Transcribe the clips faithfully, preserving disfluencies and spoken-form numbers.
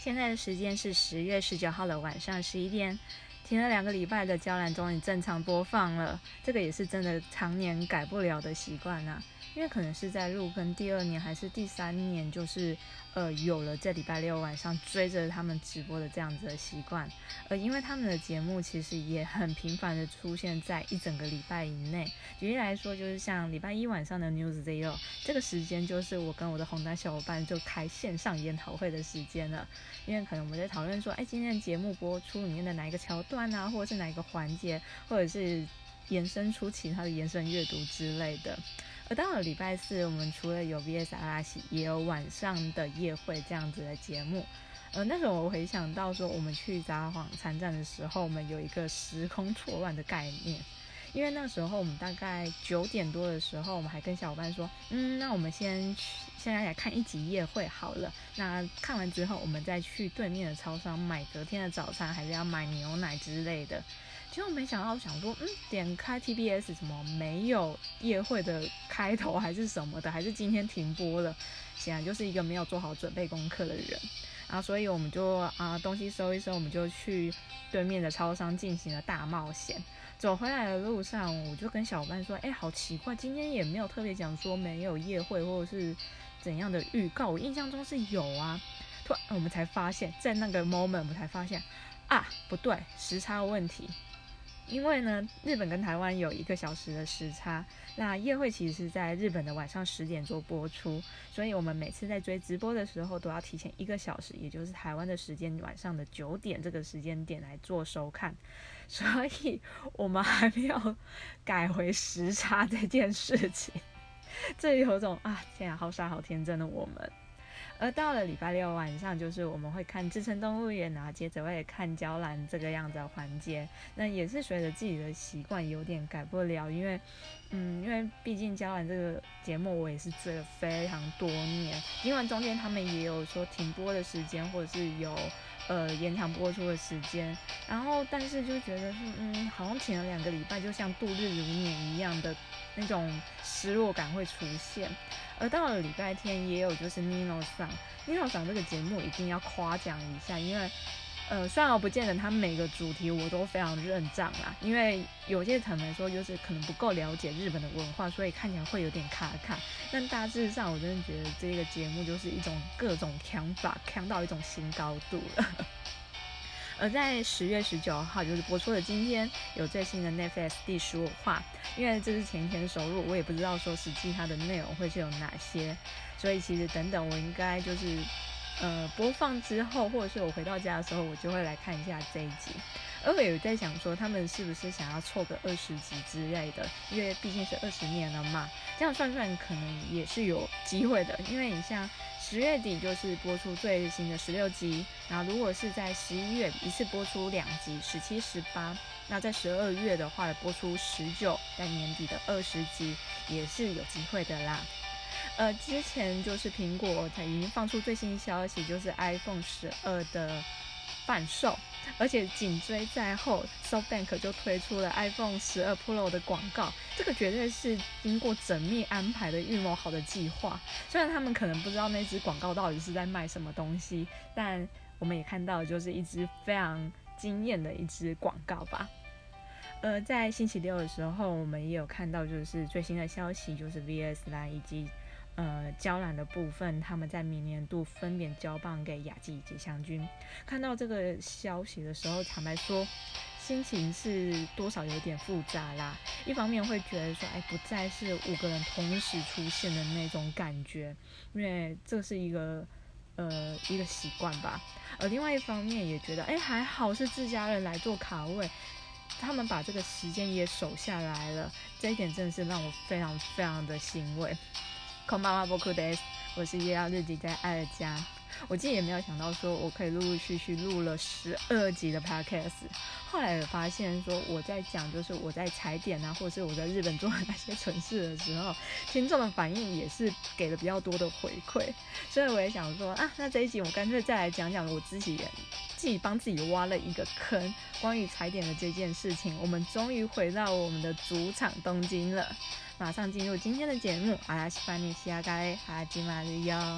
现在的时间是十月十九号的晚上十一点，停了两个礼拜的娇兰终于正常播放了，这个也是真的常年改不了的习惯啊。因为可能是在入坑第二年还是第三年，就是呃有了这礼拜六晚上追着他们直播的这样子的习惯。呃，因为他们的节目其实也很频繁的出现在一整个礼拜以内。举例来说，就是像礼拜一晚上的 News Zero 这个时间，就是我跟我的红单小伙伴就开线上研讨会的时间了。因为可能我们在讨论说，哎，今天的节目播出里面的哪一个桥段啊，或者是哪一个环节，或者是延伸出其他的延伸阅读之类的。而到了礼拜四，我们除了有 V S 阿拉西，也有晚上的夜会这样子的节目。呃，那时候我回想到说，我们去札幌参战的时候，我们有一个时空错乱的概念。因为那时候我们大概九点多的时候，我们还跟小伙伴说，嗯，那我们先现在来看一集夜会好了。那看完之后，我们再去对面的超商买隔天的早餐，还是要买牛奶之类的。结果没想到，想说，嗯，点开 T B S 什么没有夜会的开头还是什么的，还是今天停播了。显然就是一个没有做好准备功课的人。然后所以我们就啊东西收一收，我们就去对面的超商进行了大冒险。走回来的路上，我就跟小伙伴说，哎，好奇怪，今天也没有特别讲说没有夜会或者是怎样的预告，我印象中是有啊。突然我们才发现，在那个 moment 我们才发现啊，不对，时差问题。因为呢，日本跟台湾有一个小时的时差，那夜会其实是在日本的晚上十点做播出，所以我们每次在追直播的时候都要提前一个小时，也就是台湾的时间晚上的九点这个时间点来做收看，所以我们还没有改回时差这件事情，这有种啊，天啊，好傻好天真的我们。而到了礼拜六晚上，就是我们会看志成动物园，然后接着会看娇兰这个样子的环节。那也是随着自己的习惯有点改不了，因为，嗯，因为毕竟娇兰这个节目我也是追了非常多年，尽管中间他们也有说停播的时间，或者是有呃延长播出的时间，然后但是就觉得嗯，好像停了两个礼拜，就像度日如年一样的那种失落感会出现。而到了礼拜天也有就是 Nino 桑 Nino 桑这个节目一定要夸奖一下，因为呃虽然我不见得他每个主题我都非常认账啦，因为有些坦白说就是可能不够了解日本的文化，所以看起来会有点卡卡，但大致上我真的觉得这个节目就是一种各种强法强到一种新高度了。而在十月十九号，就是播出的今天，有最新的 Netflix 第十五话，因为这是前一天收入，我也不知道说实际它的内容会是有哪些，所以其实等等我应该就是呃播放之后，或者是我回到家的时候，我就会来看一下这一集。而我有在想说，他们是不是想要凑个二十集之类的，因为毕竟是二十年了嘛，这样算算可能也是有机会的，因为你像十月底就是播出最新的十六集，然后如果是在十一月一次播出两集，十七、十八，那在十二月的话播出十九，在年底的二十集也是有机会的啦。呃，之前就是苹果才已经放出最新消息，就是 iPhone 十二的贩售，而且紧追在后 SoftBank 就推出了 iPhone 十二 Pro 的广告，这个绝对是经过缜密安排的预谋好的计划。虽然他们可能不知道那支广告到底是在卖什么东西，但我们也看到就是一支非常惊艳的一支广告吧。呃，在星期六的时候，我们也有看到就是最新的消息，就是 V S 啦以及呃娇兰的部分，他们在明年度分别交棒给雅纪以及湘君。看到这个消息的时候，坦白说心情是多少有点复杂啦。一方面会觉得说，哎，不再是五个人同时出现的那种感觉，因为这是一个呃一个习惯吧。而另外一方面也觉得，哎，还好是自家人来做卡位，他们把这个时间也守下来了，这一点真的是让我非常非常的欣慰。こんばんは、僕です。我是月曜日记在爱尔家。我自己也没有想到说我可以陆陆续续录了十二集的 podcast。后来我发现说我在讲就是我在踩点啊，或者是我在日本做的那些城市的时候，听众的反应也是给了比较多的回馈。所以我也想说啊，那这一集我干脆再来讲讲我自己人自己帮自己挖了一个坑，关于踩点的这件事情。我们终于回到我们的主场东京了。马上进入今天的节目，阿拉西巴尼西亚嘎雷哈基马日哟。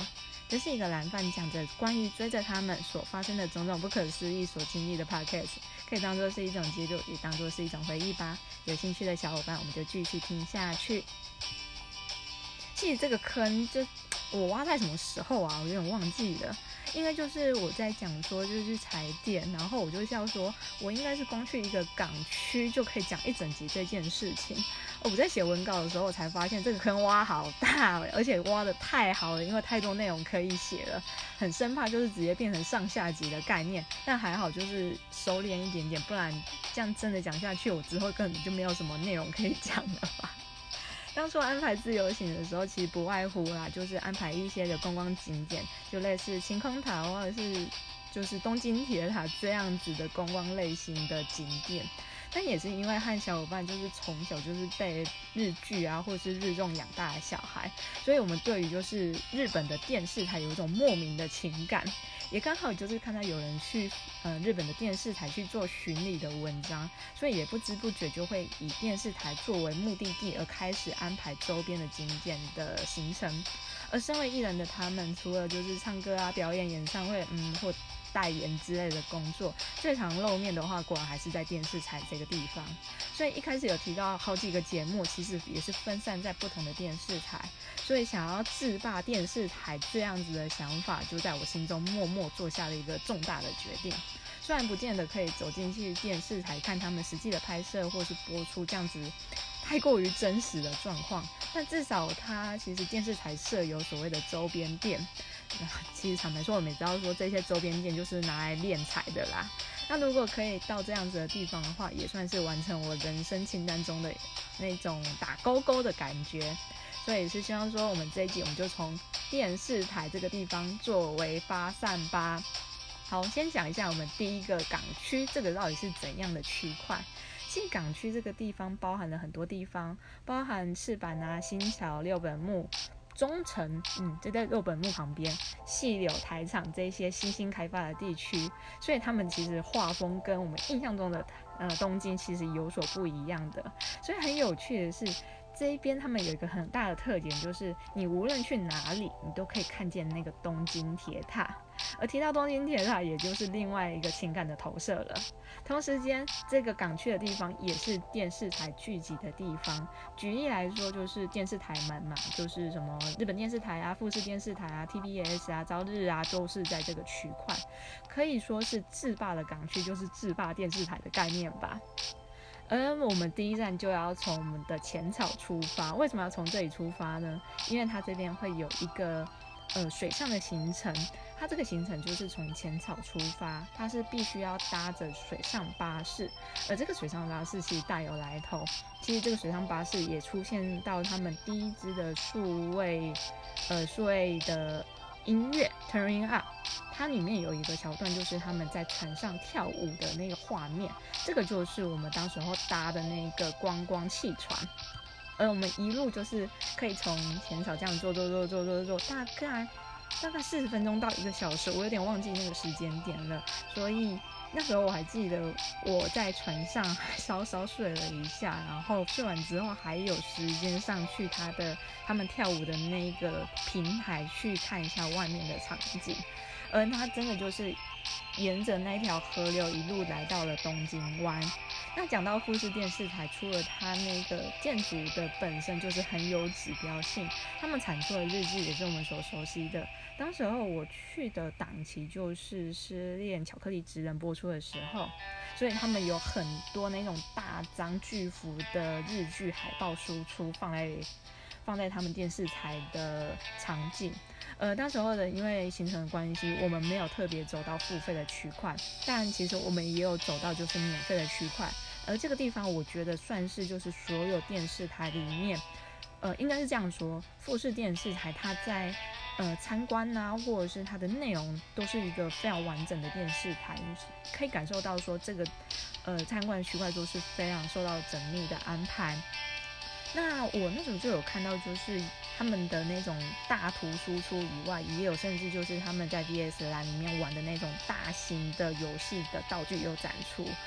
这是一个蓝饭讲着关于追着他们所发生的种种不可思议所经历的 podcast， 可以当作是一种记录，也当作是一种回忆吧。有兴趣的小伙伴，我们就继续听下去。其实这个坑就我挖在什么时候啊？我有点忘记了。应该就是我在讲说就是去踩点，然后我就笑说我应该是光去一个港区就可以讲一整集这件事情。我在写文稿的时候我才发现这个坑挖好大，而且挖得太好了，因为太多内容可以写了，很生怕就是直接变成上下集的概念，但还好就是收敛一点点，不然这样真的讲下去我之后根本就没有什么内容可以讲了吧。当初安排自由行的时候，其实不外乎啦，就是安排一些的观光景点，就类似晴空塔或者是就是东京铁塔这样子的观光类型的景点。但也是因为和小伙伴就是从小就是被日剧啊或者是日综养大的小孩，所以我们对于就是日本的电视台有一种莫名的情感。也刚好就是看到有人去呃日本的电视台去做巡礼的文章，所以也不知不觉就会以电视台作为目的地而开始安排周边的景点的行程。而身为艺人的他们，除了就是唱歌啊、表演、演唱会，嗯，或代言之类的工作，最常露面的话，果然还是在电视台这个地方。所以一开始有提到好几个节目，其实也是分散在不同的电视台。所以想要制霸电视台这样子的想法，就在我心中默默做下了一个重大的决定。虽然不见得可以走进去电视台看他们实际的拍摄或是播出这样子太过于真实的状况，但至少它其实电视台设有所谓的周边店。其实坦白说，我们也知道说这些周边店就是拿来敛财的啦。那如果可以到这样子的地方的话，也算是完成我人生清单中的那种打勾勾的感觉。所以是希望说我们这一集我们就从电视台这个地方作为发散吧。好，先讲一下我们第一个港区，这个到底是怎样的区块。其实港区这个地方包含了很多地方，包含赤坂啊、新桥、六本木、中城，嗯，就在六本木旁边，细柳、台场这些新兴开发的地区，所以他们其实画风跟我们印象中的呃东京其实有所不一样的。所以很有趣的是，这一边他们有一个很大的特点，就是你无论去哪里，你都可以看见那个东京铁塔。而提到东京铁塔，也就是另外一个情感的投射了。同时间，这个港区的地方也是电视台聚集的地方。举例来说，就是电视台们嘛，就是什么日本电视台啊、富士电视台啊、T B S 啊、朝日啊，都是在这个区块。可以说是制霸的港区，就是制霸电视台的概念吧。而我们第一站就要从我们的浅草出发。为什么要从这里出发呢？因为它这边会有一个呃水上的行程。它这个行程就是从浅草出发，它是必须要搭着水上巴士，而这个水上巴士其实大有来头。其实这个水上巴士也出现到他们第一支的数位呃数位的音乐 Turning Up， 它里面有一个桥段，就是他们在船上跳舞的那个画面，这个就是我们当时候搭的那个观光汽船。而我们一路就是可以从浅草这样坐坐坐坐坐坐，大概大概四十分钟到一个小时，我有点忘记那个时间点了。所以那时候我还记得我在船上稍稍睡了一下，然后睡完之后还有时间上去他的他们跳舞的那个平台去看一下外面的场景。而它真的就是沿着那条河流一路来到了东京湾。那讲到富士电视台，除了它那个建筑的本身就是很有指标性，他们产出的日剧也是我们所熟悉的。当时候我去的档期就是《失恋巧克力职人》播出的时候，所以他们有很多那种大张巨幅的日剧海报输出放在放在他们电视台的场景。呃，那时候的因为行程的关系，我们没有特别走到付费的区块，但其实我们也有走到就是免费的区块。而这个地方我觉得算是就是所有电视台里面，呃，应该是这样说，富士电视台它在呃参观啊，或者是它的内容都是一个非常完整的电视台，可以感受到说这个呃参观的区块都是非常受到缜密的安排。那我那时候就有看到，就是他们的那种大图输出以外，也有甚至就是他们在 D S 栏里面玩的那种大型的游戏的道具有展出。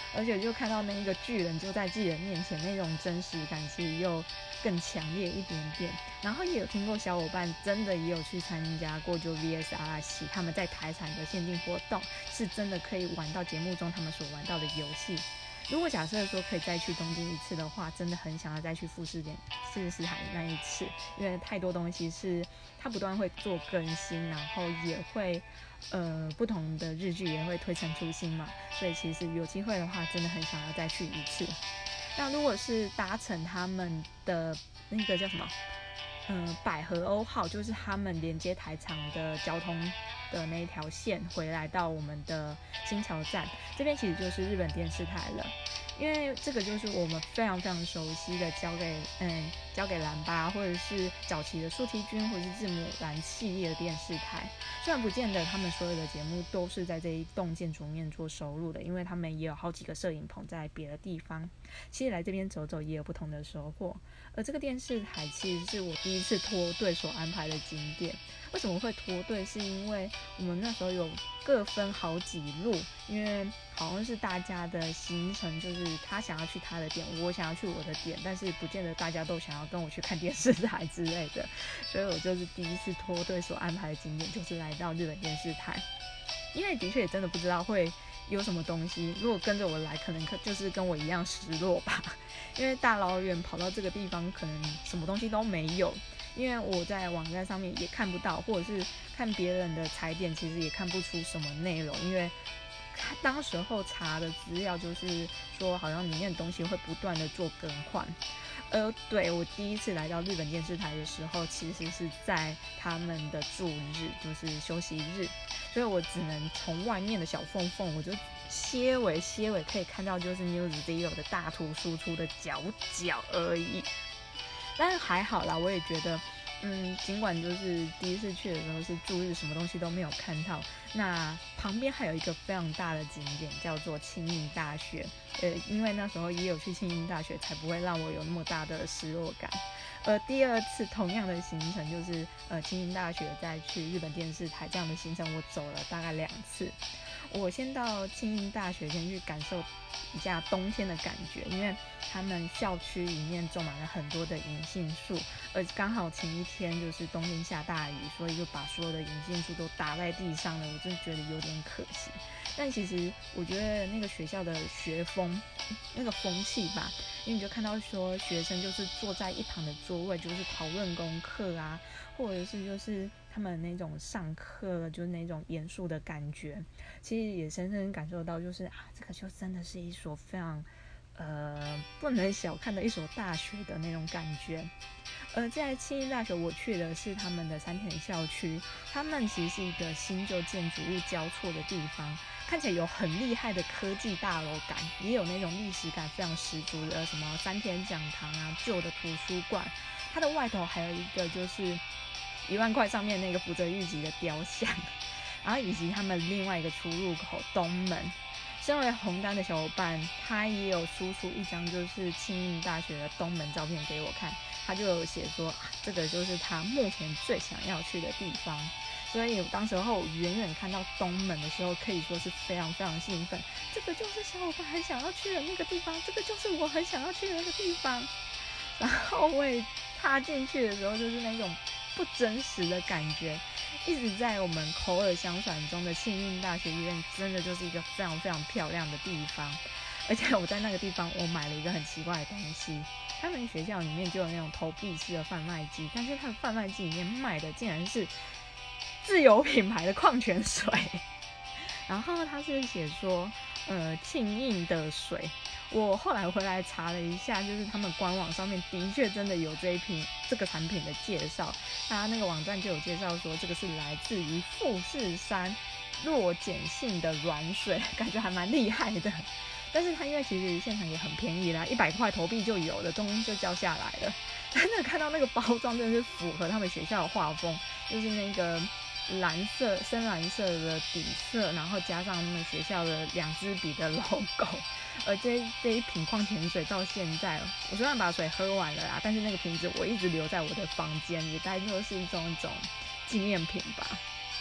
而且就看到那一个巨人就在自己的面前，那种真实感其实又更强烈一点点。然后也有听过小伙伴真的也有去参加过就 V S 阿拉西他们在台产的限定活动，是真的可以玩到节目中他们所玩到的游戏。如果假设说可以再去东京一次的话，真的很想要再去富士点富士斯坦那一次，因为太多东西是它不断会做更新，然后也会呃不同的日剧也会推陈出新嘛，所以其实有机会的话，真的很想要再去一次。那如果是搭乘他们的那个叫什么？嗯，百合欧号就是他们连接台场的交通的那一条线回来到我们的新桥站这边，其实就是日本电视台了。因为这个就是我们非常非常熟悉的交给嗯交给蓝巴或者是早期的树梯君或者是字母蓝系列的电视台，虽然不见得他们所有的节目都是在这一栋建筑面做收录的，因为他们也有好几个摄影棚在别的地方，其实来这边走走也有不同的收获。而这个电视台其实是我第一次脱队所安排的景点。为什么会脱队？是因为我们那时候有各分好几路，因为好像是大家的行程，就是他想要去他的点，我想要去我的点，但是不见得大家都想要跟我去看电视台之类的，所以我就是第一次脱队所安排的景点就是来到日本电视台。因为的确也真的不知道会有什么东西，如果跟着我来可能就是跟我一样失落吧，因为大老远跑到这个地方可能什么东西都没有，因为我在网站上面也看不到，或者是看别人的踩点其实也看不出什么内容，因为当时候查的资料就是说好像里面的东西会不断的做更换。呃，对，我第一次来到日本电视台的时候，其实是在他们的驻日，就是休息日，所以我只能从外面的小缝缝，我就些微些微可以看到就是 News Zero 的大图输出的角角而已。但是还好啦，我也觉得，嗯，尽管就是第一次去的时候是驻日，什么东西都没有看到，那旁边还有一个非常大的景点叫做庆应大学。呃，因为那时候也有去庆应大学，才不会让我有那么大的失落感。呃，第二次同样的行程就是呃庆应大学再去日本电视台这样的行程，我走了大概两次。我先到庆应大学先去感受一下冬天的感觉，因为他们校区里面种满了很多的银杏树，而刚好前一天就是冬天下大雨，所以就把所有的银杏树都打在地上了，我真的觉得有点可惜。但其实我觉得那个学校的学风那个风气吧，因为你就看到说学生就是坐在一旁的座位就是讨论功课啊，或者是就是他们那种上课就是那种严肃的感觉，其实也深深感受到就是啊，这个就真的是一所非常呃不能小看的一所大学的那种感觉。呃，在庆应大学我去的是他们的山田校区，他们其实是一个新旧建筑物交错的地方，看起来有很厉害的科技大楼感，也有那种历史感非常十足的什么山田讲堂啊，旧的图书馆，它的外头还有一个就是一万块上面那个福泽谕吉的雕像，然后以及他们另外一个出入口东门。身为红单的小伙伴，他也有输出一张就是庆应大学的东门照片给我看，他就有写说、啊、这个就是他目前最想要去的地方。所以当时候远远看到东门的时候，可以说是非常非常兴奋，这个就是小伙伴很想要去的那个地方，这个就是我很想要去的那个地方。然后我也踏进去的时候，就是那种不真实的感觉，一直在我们口耳相传中的庆应大学医院真的就是一个非常非常漂亮的地方。而且我在那个地方我买了一个很奇怪的东西，他们学校里面就有那种投币式的贩卖机，但是他的贩卖机里面卖的竟然是自有品牌的矿泉水。然后他是写说呃庆应的水，我后来回来查了一下，就是他们官网上面的确真的有这一瓶这个产品的介绍，他那个网站就有介绍说这个是来自于富士山弱碱性的软水，感觉还蛮厉害的。但是它因为其实现场也很便宜啦，一百块投币就有了，东西就交下来了。真的看到那个包装真的是符合他们学校的画风，就是那个蓝色深蓝色的底色，然后加上他们学校的两支笔的 logo。而这这一瓶矿泉水到现在，我虽然把水喝完了啦，但是那个瓶子我一直留在我的房间，也当做是一种一种纪念品吧。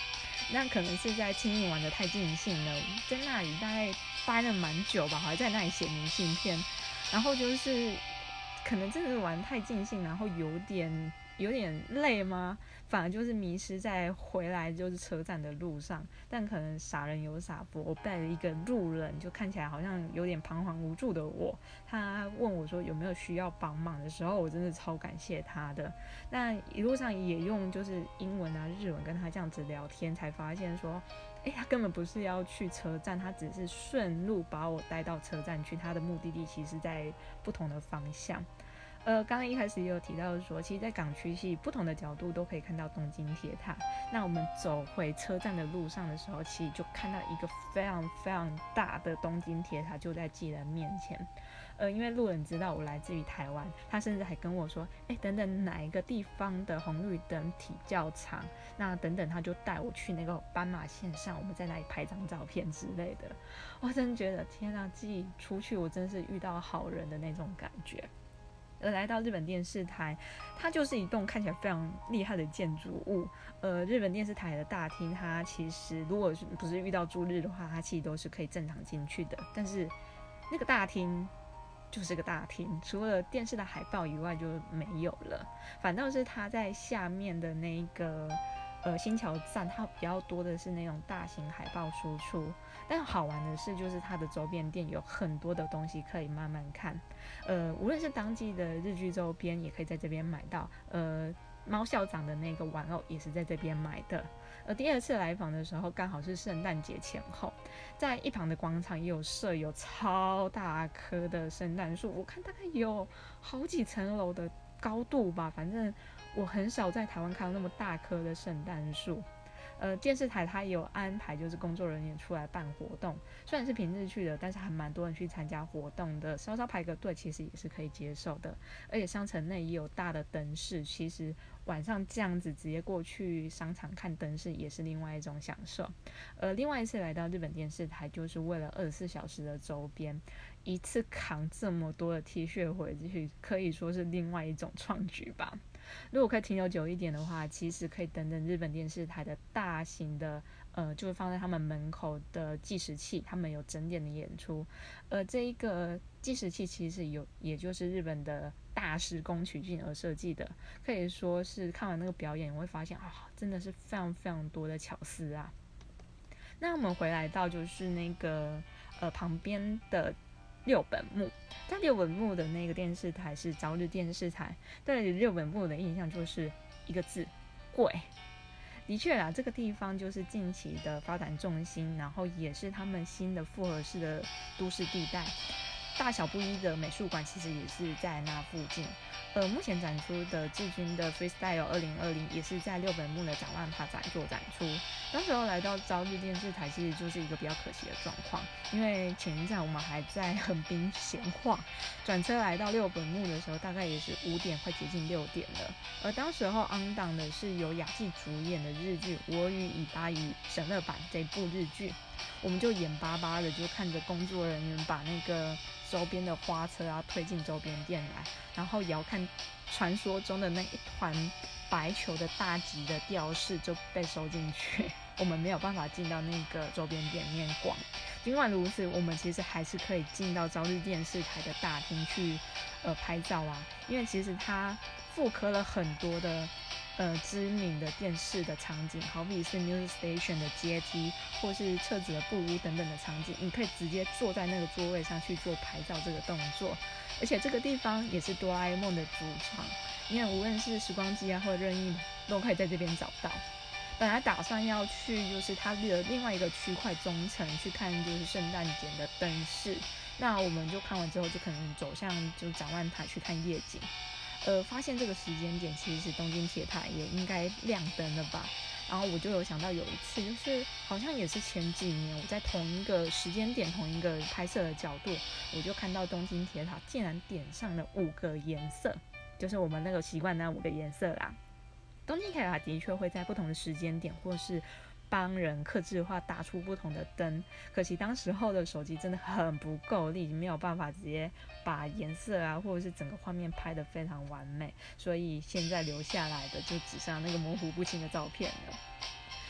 那可能是在青影玩的太尽兴了，在那里大概待了蛮久吧，还在那里写明信片，然后就是可能真的玩太尽兴，然后有点有点累吗？反而就是迷失在回来就是车站的路上。但可能傻人有傻福，我带了一个路人，就看起来好像有点彷徨无助的我，他问我说有没有需要帮忙的时候，我真的超感谢他的。那一路上也用就是英文啊日文跟他这样子聊天，才发现说哎，他根本不是要去车站，他只是顺路把我带到车站去，他的目的地其实在不同的方向。呃，刚刚一开始也有提到说，其实，在港区系不同的角度都可以看到东京铁塔。那我们走回车站的路上的时候，其实就看到一个非常非常大的东京铁塔就在自己的面前。呃，因为路人知道我来自于台湾，他甚至还跟我说，哎，等等哪一个地方的红绿灯体较长，那等等他就带我去那个斑马线上，我们在那里拍张照片之类的。我真的觉得天啊，自己出去我真是遇到好人的那种感觉。而来到日本电视台，它就是一栋看起来非常厉害的建筑物。呃，日本电视台的大厅，它其实如果是不是遇到诸日的话，它其实都是可以正常进去的。但是那个大厅就是个大厅，除了电视的海报以外就没有了。反倒是它在下面的那个呃新桥站，它比较多的是那种大型海报输出。但好玩的是，就是它的周边店有很多的东西可以慢慢看。呃，无论是当季的日剧周边，也可以在这边买到。呃，猫校长的那个玩偶也是在这边买的。呃，第二次来访的时候，刚好是圣诞节前后，在一旁的广场也有设有超大棵的圣诞树，我看大概有好几层楼的高度吧。反正我很少在台湾看到那么大棵的圣诞树。呃，电视台它也有安排，就是工作人员出来办活动，虽然是平日去的，但是还蛮多人去参加活动的，稍稍排个队其实也是可以接受的。而且商城内也有大的灯饰，其实晚上这样子直接过去商场看灯饰也是另外一种享受。呃，另外一次来到日本电视台，就是为了二十四小时的周边，一次扛这么多的 T 恤回去，可以说是另外一种创举吧。如果可以停留久一点的话，其实可以等等日本电视台的大型的呃，就是放在他们门口的计时器，他们有整点的演出。呃，这一个计时器其实有，也就是日本的大师宫崎骏而设计的，可以说是看完那个表演，你会发现啊、哦，真的是非常非常多的巧思啊。那我们回来到就是那个呃旁边的六本木，在六本木的那个电视台是朝日电视台。对六本木的印象就是一个字，贵。的确啦，这个地方就是近期的发展重心，然后也是他们新的复合式的都市地带。大小不一的美术馆其实也是在那附近。呃，目前展出的志军的 Freestyle 二零二零也是在六本木的展万帕展做展出。那时候来到朝日电视台，其实就是一个比较可惜的状况，因为前一站我们还在横滨闲晃，转车来到六本木的时候，大概也是五点，快接近六点了。而当时候 on 档的是由雅纪主演的日剧《我与尾巴与神乐版》这部日剧，我们就眼巴巴的就看着工作人员把那个周边的花车啊推进周边店来，然后也要看传说中的那一团白球的大吉的吊饰就被收进去，我们没有办法进到那个周边店面逛。尽管如此，我们其实还是可以进到朝日电视台的大厅去呃拍照啊，因为其实它复刻了很多的呃知名的电视的场景，好比是 Music Station 的阶梯，或是册子的布屋等等的场景，你可以直接坐在那个座位上去做拍照这个动作。而且这个地方也是哆啦 A 梦的主场，因为无论是时光机啊或者任意都可以在这边找到。本来打算要去就是它的另外一个区块中城去看就是圣诞节的灯饰，那我们就看完之后就可能走向就展望台去看夜景。呃，发现这个时间点其实是东京铁塔也应该亮灯了吧，然后我就有想到有一次就是好像也是前几年我在同一个时间点同一个拍摄的角度，我就看到东京铁塔竟然点上了五个颜色，就是我们那个习惯那五个颜色啦。东京铁塔的确会在不同的时间点或是帮人客制化打出不同的灯，可惜当时候的手机真的很不够力，没有办法直接把颜色啊或者是整个画面拍得非常完美，所以现在留下来的就只剩那个模糊不清的照片了。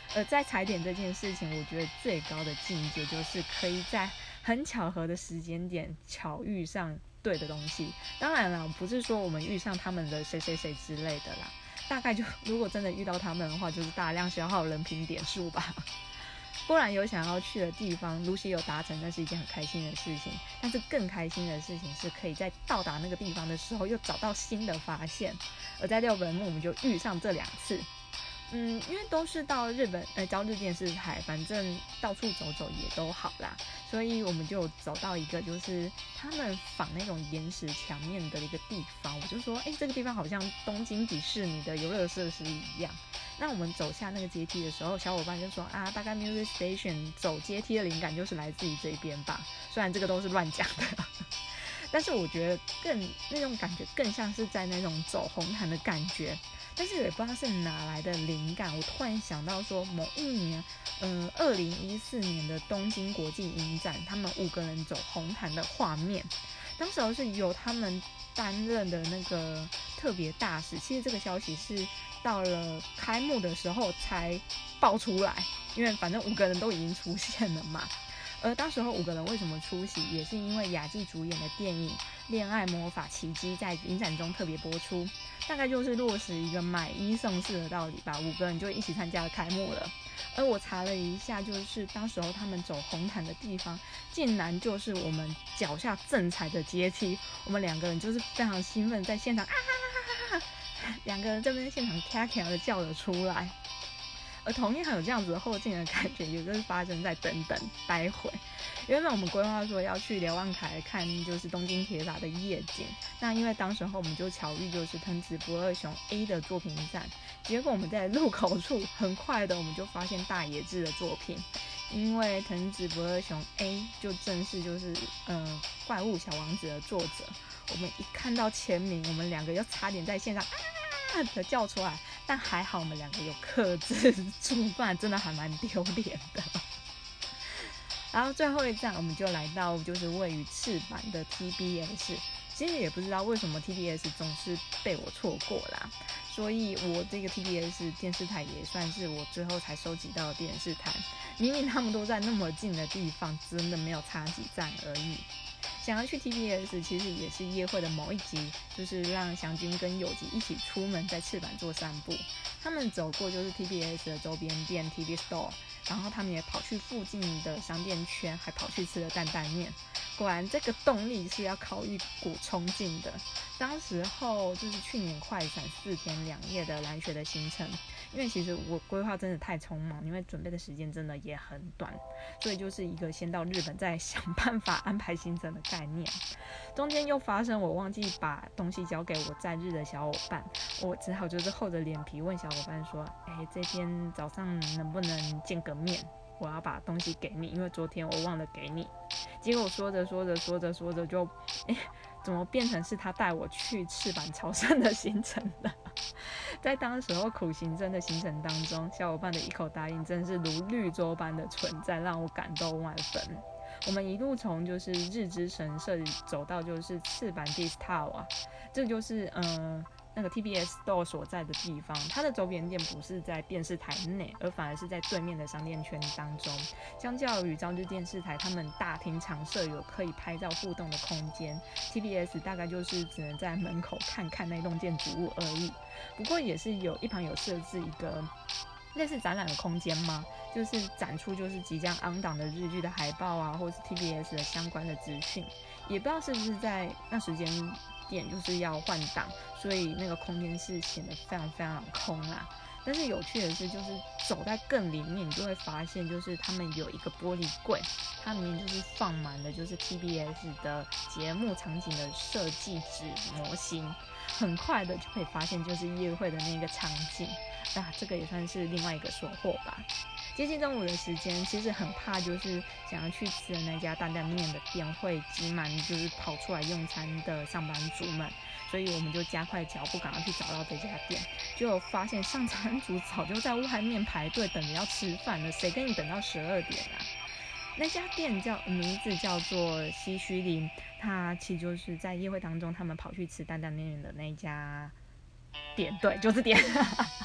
而在踩点这件事情，我觉得最高的境界就是可以在很巧合的时间点巧遇上对的东西。当然了，不是说我们遇上他们的谁谁谁之类的啦，大概就如果真的遇到他们的话，就是大量消耗人品点数吧。固然有想要去的地方，Lucy有达成，那是一件很开心的事情。但是更开心的事情是可以在到达那个地方的时候，又找到新的发现。而在六本木，我们就遇上这两次。嗯，因为都是到日本呃朝日电视台，反正到处走走也都好啦，所以我们就走到一个就是他们仿那种岩石墙面的一个地方，我就说，哎，这个地方好像东京迪士尼的游乐设施一样。那我们走下那个阶梯的时候，小伙伴就说啊，大概 Music Station 走阶梯的灵感就是来自于这边吧，虽然这个都是乱讲的。但是我觉得更那种感觉更像是在那种走红毯的感觉，但是也不知道是哪来的灵感，我突然想到说某一年，嗯，二零一四年的东京国际影展，他们五个人走红毯的画面，当时是由他们担任的那个特别大使，其实这个消息是到了开幕的时候才爆出来，因为反正五个人都已经出现了嘛。而当时候五个人为什么出席，也是因为雅纪主演的电影《恋爱魔法奇迹》在影展中特别播出，大概就是落实一个买一送四的道理吧，五个人就一起参加了开幕了。而我查了一下，就是当时候他们走红毯的地方，竟然就是我们脚下正踩的阶梯，我们两个人就是非常兴奋，在现场啊哈哈哈哈，两个人这边现场咔咔的叫了出来。而同样有这样子的后劲的感觉，也就是发生在等等待会。原本我们规划说要去瞭望台看就是东京铁塔的夜景，那因为当时候我们就巧遇就是藤子不二雄 A 的作品展，结果我们在路口处很快的我们就发现大野智的作品，因为藤子不二雄 A 就正是就是嗯怪物小王子的作者，我们一看到签名，我们两个又差点在现场啊的叫出来，但还好我们两个有克制住，不然真的还蛮丢脸的。然后最后一站我们就来到就是位于赤坂的 T B S， 其实也不知道为什么 T B S 总是被我错过啦，所以我这个 T B S 电视台也算是我最后才收集到的电视台，明明他们都在那么近的地方，真的没有差几站而已。想要去 T B S 其实也是夜会的某一集，就是让祥君跟友吉一起出门在赤坂做散步，他们走过就是 T B S 的周边店 T V Store， 然后他们也跑去附近的商店圈，还跑去吃了担担面。果然这个动力是要靠一股冲劲的。当时候就是去年快闪四天两夜的蓝雪的行程，因为其实我规划真的太匆忙，因为准备的时间真的也很短，所以就是一个先到日本再想办法安排行程的概念。中间又发生我忘记把东西交给我在日的小伙伴，我只好就是厚着脸皮问小伙伴说，哎，这天早上能不能见个面，我要把东西给你，因为昨天我忘了给你。结果说着说着说着说着就哎，怎么变成是他带我去赤坂朝圣的行程了？在当时候苦行僧的行程当中，小伙伴的一口答应真是如绿洲般的存在，让我感动万分。我们一路从就是日之神社走到就是赤坂 Disk Tower， 这就是呃那个 T B S Store 所在的地方，它的周边店不是在电视台内，而反而是在对面的商店圈当中。相较于朝日电视台，他们大厅常设有可以拍照互动的空间， T B S 大概就是只能在门口看看那栋建筑物而已。不过也是有一旁有设置一个类似展览的空间吗？就是展出就是即将on档的日剧的海报啊，或是 T B S 的相关的资讯。也不知道是不是在那时间点就是要换档，所以那个空间是显得非常非常空啦。但是有趣的是，就是走在更里面，你就会发现，就是他们有一个玻璃柜，它里面就是放满了就是 T B S 的节目场景的设计纸模型，很快的就可以发现就是夜会的那个场景。啊，这个也算是另外一个收获吧。接近中午的时间，其实很怕就是想要去吃的那家担担面的店会挤满就是跑出来用餐的上班族们，所以我们就加快脚步赶快去找到这家店，就发现上餐族早就在外面排队等着要吃饭了，谁跟你等到十二点啊？那家店叫名字叫做西须林，它其实就是在夜会当中他们跑去吃担担面的那家店，对，就是店。其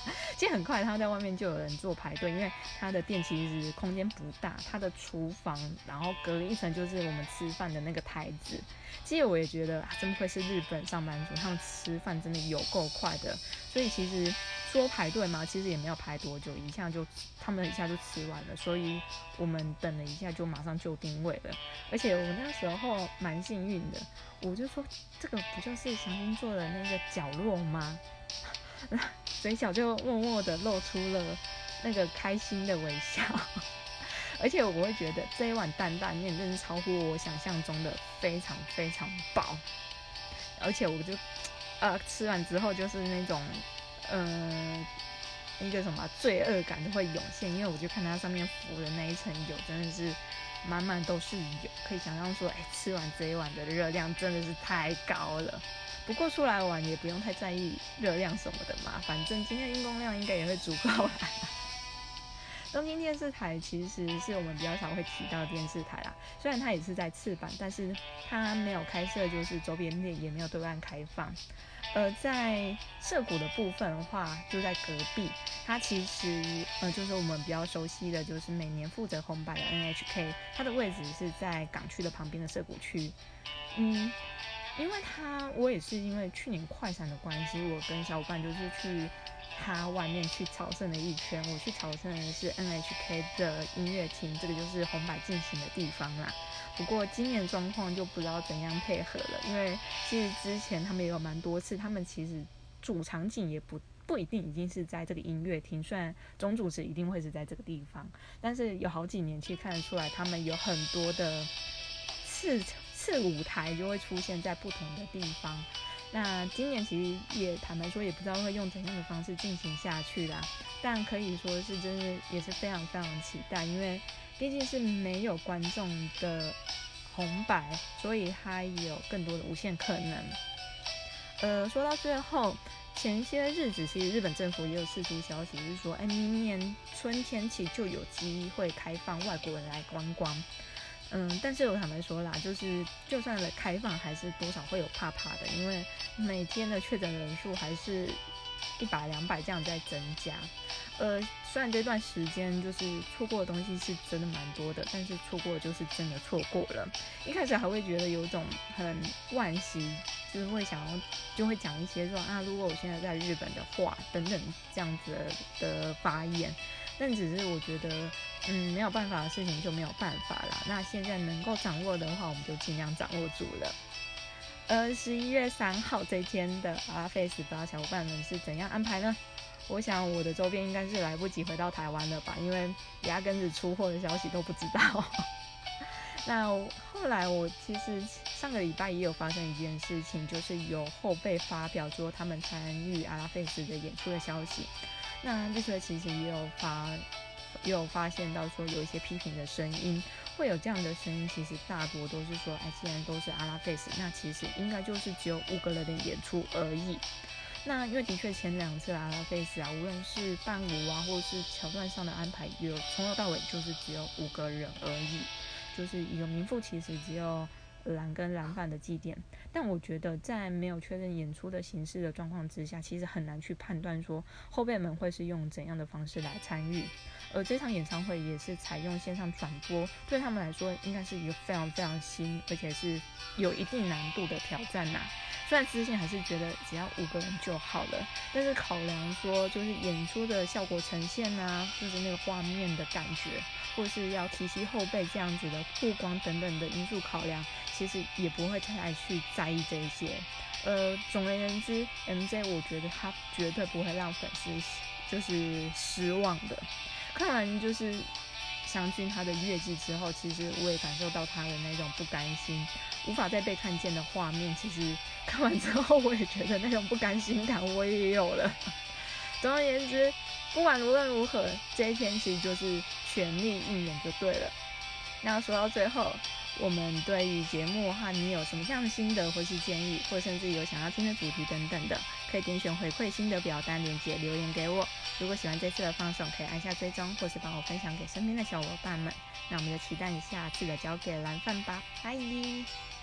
其实很快他在外面就有人做排队，因为他的店其实空间不大，他的厨房然后隔一层就是我们吃饭的那个台子。其实我也觉得啊，真不愧是日本上班族，他们吃饭真的有够快的。所以其实说排队嘛，其实也没有排多久，一下就他们一下就吃完了，所以我们等了一下就马上就定位了。而且我那时候蛮幸运的，我就说这个不就是祥星座的那个角落吗？嘴角就默默的露出了那个开心的微笑。而且我会觉得这一碗担担面真是超乎我想象中的非常非常饱，而且我就呃吃完之后就是那种呃一个什么罪恶感都会涌现，因为我就看它上面浮的那一层油真的是满满都是油，可以想象说，哎，吃完这一碗的热量真的是太高了。不过出来玩也不用太在意热量什么的嘛，反正今天的运动量应该也会足够啦。东京电视台其实是我们比较少会提到的电视台啦，虽然它也是在赤坂，但是它没有开设就是周边店，也没有对外开放。呃，在涩谷的部分的话，就在隔壁，它其实呃就是我们比较熟悉的就是每年负责红白的 N H K， 它的位置是在港区的旁边的涩谷区。嗯，因为它我也是因为去年快闪的关系，我跟小伙伴就是去它外面去朝圣了一圈。我去朝圣的是 N H K 的音乐厅，这个就是红白进行的地方啦。不过今年状况就不知道怎样配合了，因为其实之前他们也有蛮多次，他们其实主场景也不不一定已经是在这个音乐厅，虽然总主持一定会是在这个地方，但是有好几年其实看得出来，他们有很多的次次舞台就会出现在不同的地方。那今年其实也坦白说也不知道会用怎样的方式进行下去啦，但可以说是真的也是非常非常期待，因为毕竟是没有观众的红白，所以它也有更多的无限可能。呃，说到最后，前些日子其实日本政府也有释出消息，是说，哎，明年春天起就有机会开放外国人来观光。嗯，但是我坦白说啦，就是就算了开放，还是多少会有怕怕的，因为每天的确诊人数还是一百两百这样在增加。呃，虽然这段时间就是错过的东西是真的蛮多的，但是错过就是真的错过了。一开始还会觉得有一种很惋惜，就是会想要就会讲一些说啊，如果我现在在日本的话，等等这样子 的, 的发言。但只是我觉得，嗯，没有办法的事情就没有办法啦。那现在能够掌握的话，我们就尽量掌握住了。呃，十一月三号这天的阿拉 face， 不知道小伙伴们是怎样安排呢？我想我的周边应该是来不及回到台湾了吧，因为压根子出货的消息都不知道。那后来我其实上个礼拜也有发生一件事情，就是有后辈发表说他们参与阿拉 face 的演出的消息。那这次其实也有发也有发现到说有一些批评的声音，会有这样的声音，其实大多都是说，哎，既然都是阿拉 face， 那其实应该就是只有五个人的演出而已。那因为的确前两次阿拉 face 啊，无论是伴舞啊，或是桥段上的安排，有从头到尾就是只有五个人而已，就是一个名副其实只有蓝跟蓝饭的祭典。但我觉得在没有确认演出的形式的状况之下，其实很难去判断说后辈们会是用怎样的方式来参与。而这场演唱会也是采用线上转播，对他们来说应该是一个非常非常新，而且是有一定难度的挑战呐、啊。虽然之前还是觉得只要五个人就好了，但是考量说就是演出的效果呈现啊，就是那个画面的感觉，或是要提携后辈这样子的曝光等等的因素考量，其实也不会太去在意这一些。呃，总而言之 ，M J 我觉得他绝对不会让粉丝就是失望的。看完就是湘君他的乐季之后，其实我也感受到他的那种不甘心，无法再被看见的画面。其实看完之后，我也觉得那种不甘心感我也有了。总而言之，不管无论如何，这一天其实就是全力应援就对了。那说到最后，我们对于节目的话，你有什么样的心得或是建议，或甚至有想要听的主题等等的，可以点选回馈心得表单连结留言给我。如果喜欢这次的放送，可以按下追踪，或是帮我分享给身边的小伙伴们。那我们就期待你下次的交给蓝饭吧，拜。